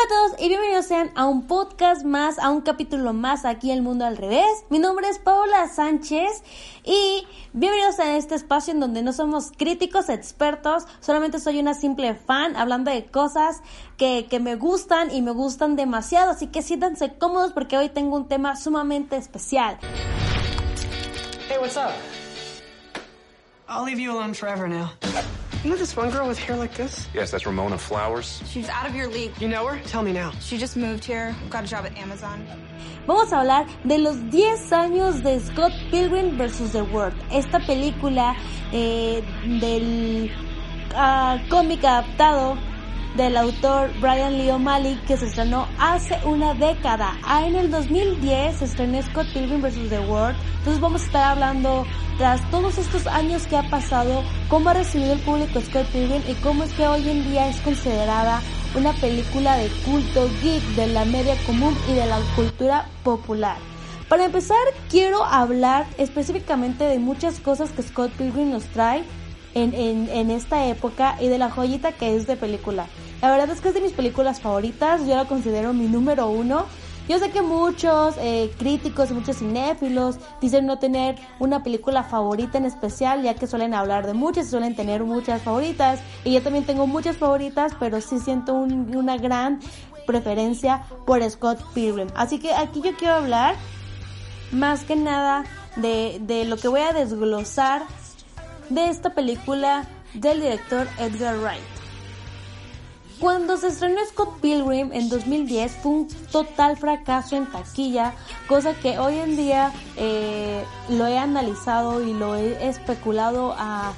Hola a todos y bienvenidos sean a un podcast más, a un capítulo más aquí en El Mundo al Revés. Mi nombre es Paola Sánchez y bienvenidos a este espacio en donde no somos críticos expertos, solamente soy una simple fan hablando de cosas que me gustan y me gustan demasiado, así que siéntanse cómodos porque hoy tengo un tema sumamente especial. Hey, what's up? I'll leave you alone forever now. You know this one girl with hair like this? Yes, that's Ramona Flowers. She's out of your league. You know her? Tell me now. She just moved here, got a job at Amazon. Vamos a hablar de los 10 años de Scott Pilgrim vs. The World, esta película del cómic adaptado del autor Brian Lee O'Malley que se estrenó hace una década. En el 2010 se estrenó Scott Pilgrim vs. The World. Entonces vamos a estar hablando tras todos estos años que ha pasado, cómo ha recibido el público Scott Pilgrim y cómo es que hoy en día es considerada una película de culto geek de la media común y de la cultura popular. Para empezar, quiero hablar específicamente de muchas cosas que Scott Pilgrim nos trae en esta época y de la joyita que es de película. La verdad es que es de mis películas favoritas, yo la considero mi número 1. Yo sé que muchos críticos y muchos cinéfilos dicen no tener una película favorita en especial, ya que suelen hablar de muchas y suelen tener muchas favoritas. Y yo también tengo muchas favoritas, pero sí siento una gran preferencia por Scott Pilgrim. Así que aquí yo quiero hablar más que nada de lo que voy a desglosar de esta película del director Edgar Wright. Cuando se estrenó Scott Pilgrim en 2010 fue un total fracaso en taquilla, cosa que hoy en día lo he analizado y lo he especulado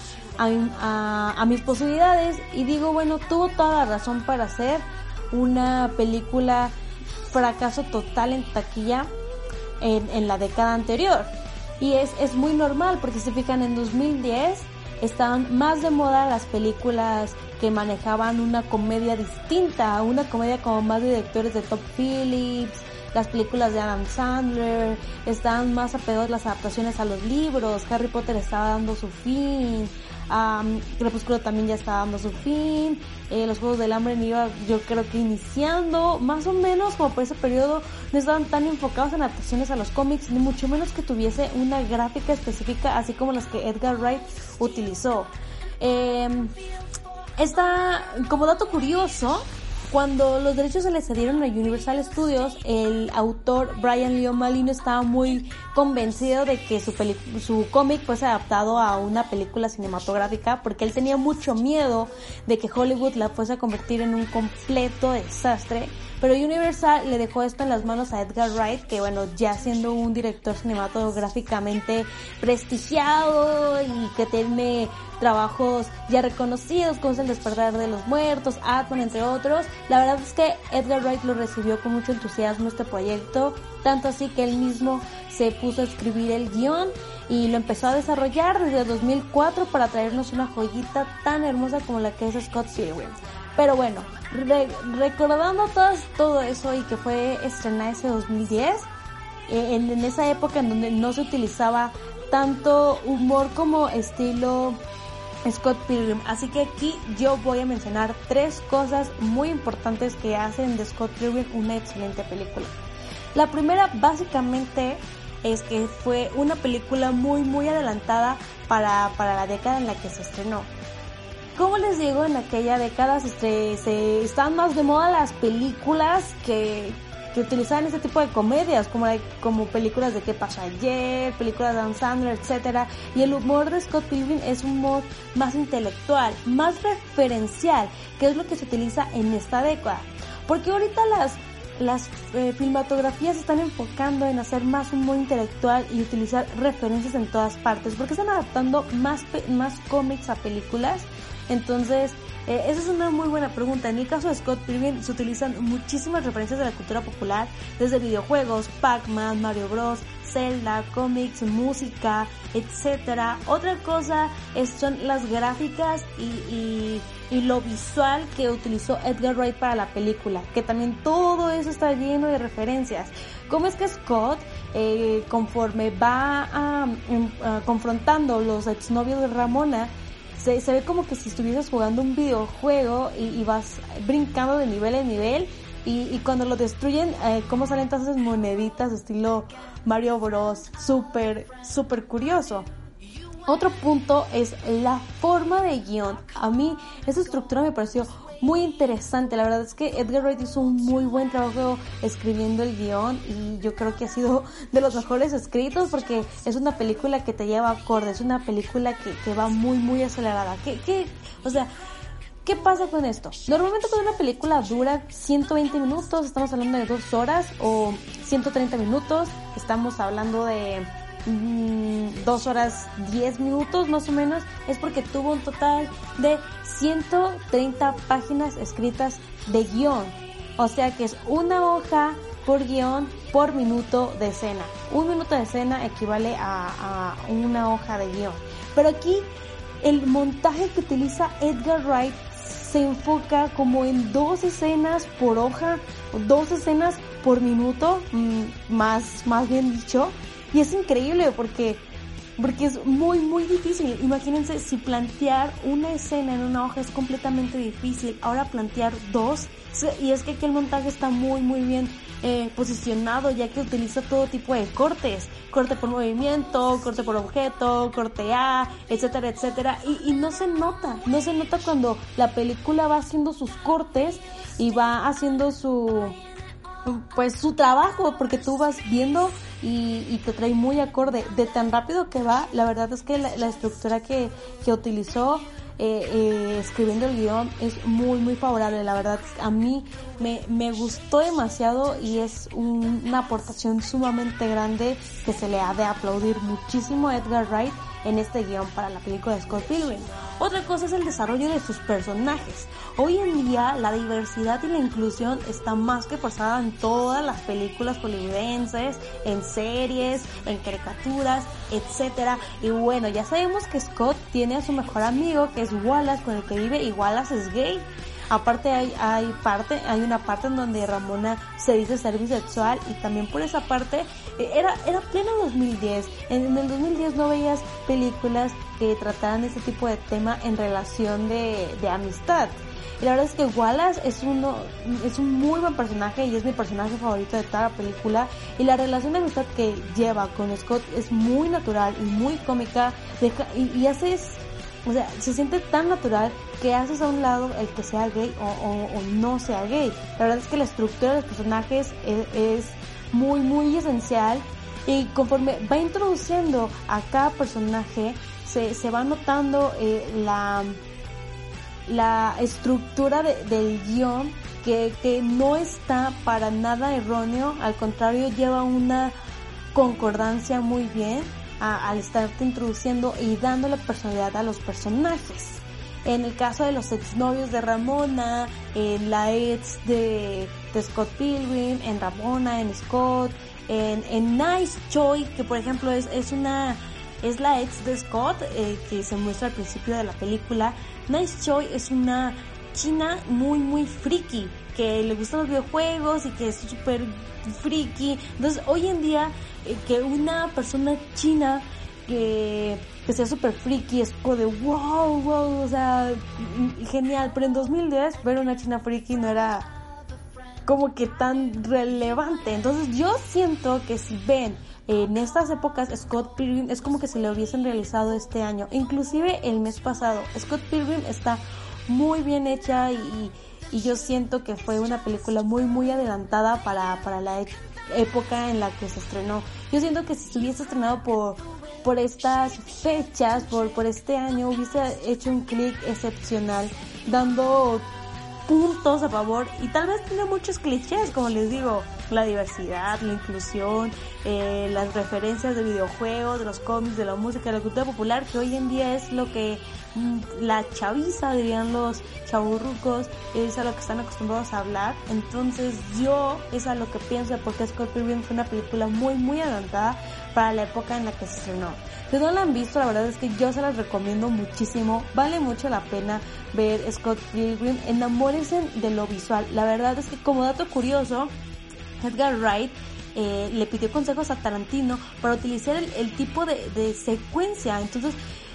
a mis posibilidades y digo, bueno, tuvo toda la razón para ser una película fracaso total en taquilla en la década anterior. Y es muy normal porque si se fijan en 2010 estaban más de moda las películas que manejaban una comedia distinta, una comedia como más de directores de Todd Phillips, las películas de Adam Sandler, estaban más apegadas las adaptaciones a los libros, Harry Potter estaba dando su fin, Crepúsculo también ya estaba dando su fin, los Juegos del Hambre iba yo creo que iniciando, más o menos como por ese periodo no estaban tan enfocados en adaptaciones a los cómics, ni mucho menos que tuviese una gráfica específica así como las que Edgar Wright utilizó. Como dato curioso, cuando los derechos se le cedieron a Universal Studios, el autor Brian Lee O'Malley no estaba muy convencido de que su cómic fuese adaptado a una película cinematográfica, porque él tenía mucho miedo de que Hollywood la fuese a convertir en un completo desastre. Pero Universal le dejó esto en las manos a Edgar Wright, que bueno, ya siendo un director cinematográficamente prestigiado y que tiene trabajos ya reconocidos como es El Despertar de los Muertos, Ant-Man, entre otros, la verdad es que Edgar Wright lo recibió con mucho entusiasmo este proyecto, tanto así que él mismo se puso a escribir el guión y lo empezó a desarrollar desde 2004 para traernos una joyita tan hermosa como la que es Scott Pilgrim. Pero bueno, recordando todo eso y que fue estrenada ese 2010, en esa época en donde no se utilizaba tanto humor como estilo Scott Pilgrim. Así que aquí yo voy a mencionar 3 cosas muy importantes que hacen de Scott Pilgrim una excelente película. La primera básicamente es que fue una película muy adelantada para la década en la que se estrenó. Como les digo, en aquella década se estaban más de moda las películas que utilizaban este tipo de comedias, como películas de ¿Qué pasó ayer?, películas de Adam Sandler, etcétera. Y el humor de Scott Pilgrim es un humor más intelectual, más referencial, que es lo que se utiliza en esta década. Porque ahorita las filmatografías se están enfocando en hacer más humor intelectual y utilizar referencias en todas partes, porque están adaptando más cómics a películas. Entonces, esa es una muy buena pregunta. En el caso de Scott Pilgrim se utilizan muchísimas referencias de la cultura popular, desde videojuegos, Pac-Man, Mario Bros, Zelda, cómics, música, etcétera. Otra cosa son las gráficas y lo visual que utilizó Edgar Wright para la película, que también todo eso está lleno de referencias. ¿Cómo es que Scott, conforme va confrontando los exnovios de Ramona, se ve como que si estuvieses jugando un videojuego y vas brincando de nivel en nivel y cuando lo destruyen, cómo salen todas esas moneditas estilo Mario Bros, súper curioso. Otro punto es la forma de guión. A mí esa estructura me pareció muy interesante. La verdad es que Edgar Wright hizo un muy buen trabajo escribiendo el guión y yo creo que ha sido de los mejores escritos porque es una película que te lleva acorde, es una película que va muy acelerada. ¿Qué pasa con esto? Normalmente cuando una película dura 120 minutos, estamos hablando de 2 horas, o 130 minutos, estamos hablando de 2 horas 10 minutos más o menos, es porque tuvo un total de 130 páginas escritas de guión. O sea que es una hoja por guión por minuto de escena. Un minuto de escena equivale a una hoja de guión. Pero aquí el montaje que utiliza Edgar Wright se enfoca como en 2 escenas por hoja, 2 escenas por minuto, más bien dicho. Y es increíble porque es muy difícil. Imagínense si plantear una escena en una hoja es completamente difícil. Ahora plantear 2. Y es que aquí el montaje está muy bien posicionado, ya que utiliza todo tipo de cortes. Corte por movimiento, corte por objeto, corte A, etcétera. Y no se nota cuando la película va haciendo sus cortes y va haciendo su trabajo, porque tú vas viendo y te trae muy acorde de tan rápido que va. La verdad es que la estructura que utilizó escribiendo el guión es muy favorable. La verdad, a mí me gustó demasiado y es una aportación sumamente grande que se le ha de aplaudir muchísimo a Edgar Wright en este guión para la película de Scott Pilgrim. Otra cosa es el desarrollo de sus personajes. Hoy en día la diversidad y la inclusión está más que forzada en todas las películas hollywoodenses, en series, en caricaturas, etcétera. Y bueno, ya sabemos que Scott tiene a su mejor amigo, que es Wallace, con el que vive, y Wallace es gay. Aparte hay una parte en donde Ramona se dice ser bisexual, y también por esa parte era pleno 2010. En el 2010 no veías películas que trataran este tipo de tema en relación de amistad. Y la verdad es que Wallace es un muy buen personaje y es mi personaje favorito de toda la película, y la relación de amistad que lleva con Scott es muy natural y muy cómica, y o sea, se siente tan natural que haces a un lado el que sea gay o no sea gay. La verdad es que la estructura de los personajes es muy esencial, y conforme va introduciendo a cada personaje se va notando la estructura del guión que no está para nada erróneo. Al contrario, lleva una concordancia muy bien al estarte introduciendo y dándole personalidad a los personajes. En el caso de los exnovios de Ramona, la ex de Scott Pilgrim, en Ramona, en Scott, en Nice Choi, que por ejemplo es la ex de Scott, que se muestra al principio de la película. Nice Choi es una china muy friki, que le gustan los videojuegos y que es súper friki. Entonces hoy en día que una persona china que sea súper friki es como de wow, o sea, genial. Pero en 2010 ver una china friki no era como que tan relevante. Entonces yo siento que si ven en estas épocas Scott Pilgrim, es como que se le hubiesen realizado este año, inclusive el mes pasado. Scott Pilgrim está muy bien hecha y yo siento que fue una película muy adelantada para la época en la que se estrenó. Yo siento que si se hubiese estrenado por estas fechas, por este año, hubiese hecho un clic excepcional, dando puntos a favor, y tal vez tiene muchos clichés, como les digo, la diversidad, la inclusión, las referencias de videojuegos, de los cómics, de la música, de la cultura popular, que hoy en día es lo que la chaviza, dirían los chavorrucos, es a lo que están acostumbrados a hablar. Entonces yo es a lo que pienso, porque Scott Pilgrim fue una película muy adelantada para la época en la que se estrenó. Si no la han visto, la verdad es que yo se las recomiendo muchísimo. Vale mucho la pena ver Scott Pilgrim. Enamórense de lo visual. La verdad es que, como dato curioso, Edgar Wright le pidió consejos a Tarantino para utilizar el tipo de secuencia. Entonces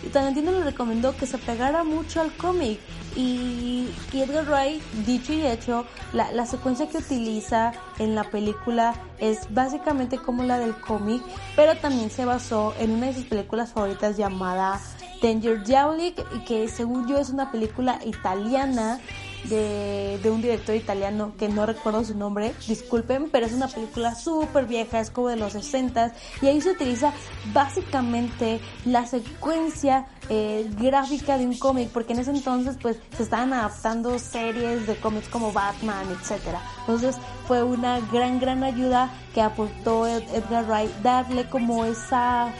y Tarantino le recomendó que se pegara mucho al cómic. Y Edgar Wright, dicho y hecho, la secuencia que utiliza en la película es básicamente como la del cómic, pero también se basó en una de sus películas favoritas llamada Danger Diabolik, que según yo es una película italiana de un director italiano que no recuerdo su nombre, disculpen, pero es una película súper vieja, es como de los 60s, y ahí se utiliza básicamente la secuencia gráfica de un cómic, porque en ese entonces pues se estaban adaptando series de cómics como Batman, etcétera. Entonces fue una gran ayuda que aportó Edgar Wright, darle como esa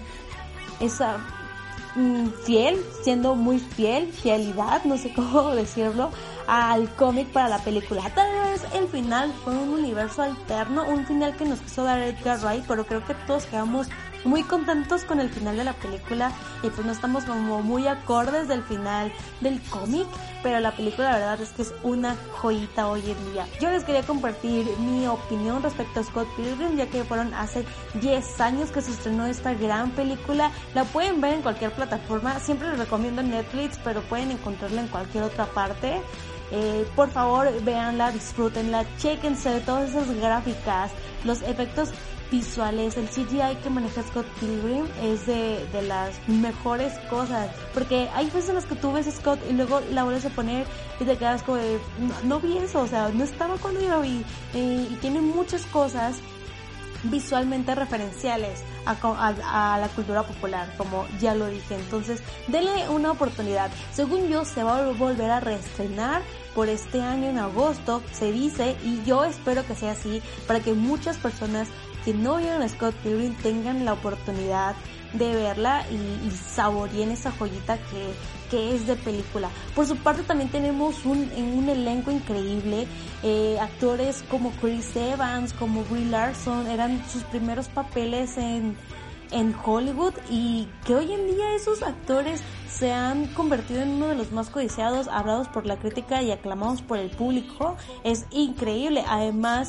siendo muy fidelidad, no sé cómo decirlo, al cómic para la película. Tal vez el final fue un universo alterno, un final que nos quiso dar Edgar Wright, pero creo que todos quedamos muy contentos con el final de la película y pues no estamos como muy acordes del final del cómic, pero la película la verdad es que es una joyita hoy en día. Yo les quería compartir mi opinión respecto a Scott Pilgrim, ya que fueron hace 10 años que se estrenó esta gran película. La pueden ver en cualquier plataforma, siempre les recomiendo Netflix, pero pueden encontrarla en cualquier otra parte. Por favor, véanla, disfrútenla, chéquense todas esas gráficas, los efectos visuales, el CGI que maneja Scott Pilgrim es de las mejores cosas, porque hay veces en las que tú ves a Scott y luego la vuelves a poner y te quedas como de, no vi eso, o sea, no estaba cuando yo lo vi, y tiene muchas cosas visualmente referenciales a la cultura popular, como ya lo dije. Entonces denle una oportunidad. Según yo se va a volver a reestrenar por este año en agosto, se dice, y yo espero que sea así, para que muchas personas que no vieron a Scott Pilgrim tengan la oportunidad de verla y saboreen esa joyita que es de película. Por su parte también tenemos un elenco increíble, actores como Chris Evans, como Brie Larson, eran sus primeros papeles en Hollywood, y que hoy en día esos actores se han convertido en uno de los más codiciados, hablados por la crítica y aclamados por el público. Es increíble. Además,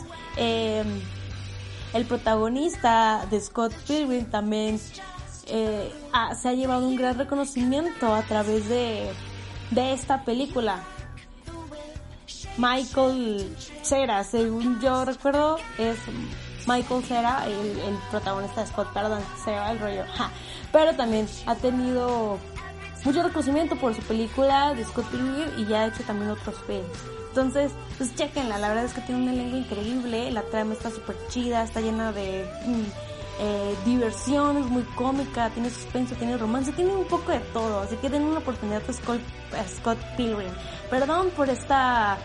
el protagonista de Scott Pilgrim también se ha llevado un gran reconocimiento a través de esta película. Michael Cera, según yo recuerdo, es Michael Cera, el protagonista de Scott, perdón, se va el rollo. Pero también ha tenido mucho reconocimiento por su película de Scott Pilgrim y ya ha hecho también otros films. Entonces, pues chequenla, la verdad es que tiene un elenco increíble, la trama está súper chida, está llena de diversión, es muy cómica, tiene suspenso, tiene romance, tiene un poco de todo, así que den una oportunidad a Scott Pilgrim. Perdón por esta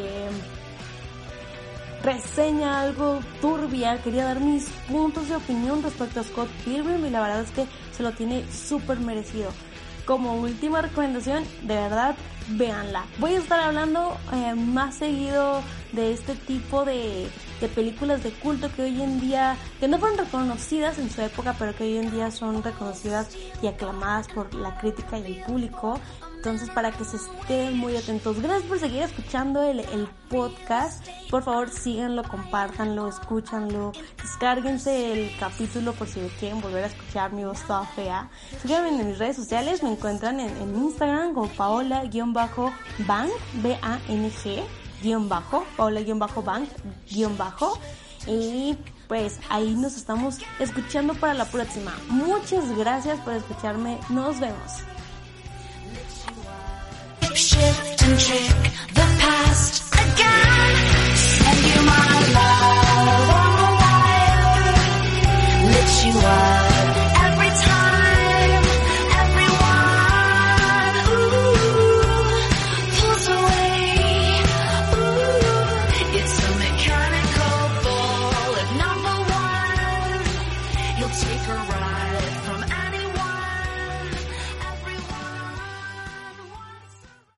reseña algo turbia, quería dar mis puntos de opinión respecto a Scott Pilgrim y la verdad es que se lo tiene súper merecido. Como última recomendación, de verdad, véanla. Voy a estar hablando más seguido de este tipo de películas de culto que hoy en día, que no fueron reconocidas en su época, pero que hoy en día son reconocidas y aclamadas por la crítica y el público. Entonces, para que se estén muy atentos. Gracias por seguir escuchando el podcast. Por favor, síganlo, compártanlo, escúchanlo. Descárguense el capítulo por si quieren volver a escuchar mi voz toda fea. Síganme en mis redes sociales. Me encuentran en Instagram como Paola-Bang, B-A-N-G, Paola-Bang, y pues ahí nos estamos escuchando para la próxima. Muchas gracias por escucharme. Nos vemos. Shift and trick the past again. Send you my love on the wire. Lit you up every time, everyone. Ooh, pulls away. Ooh, it's a mechanical ball. If number one, you'll take her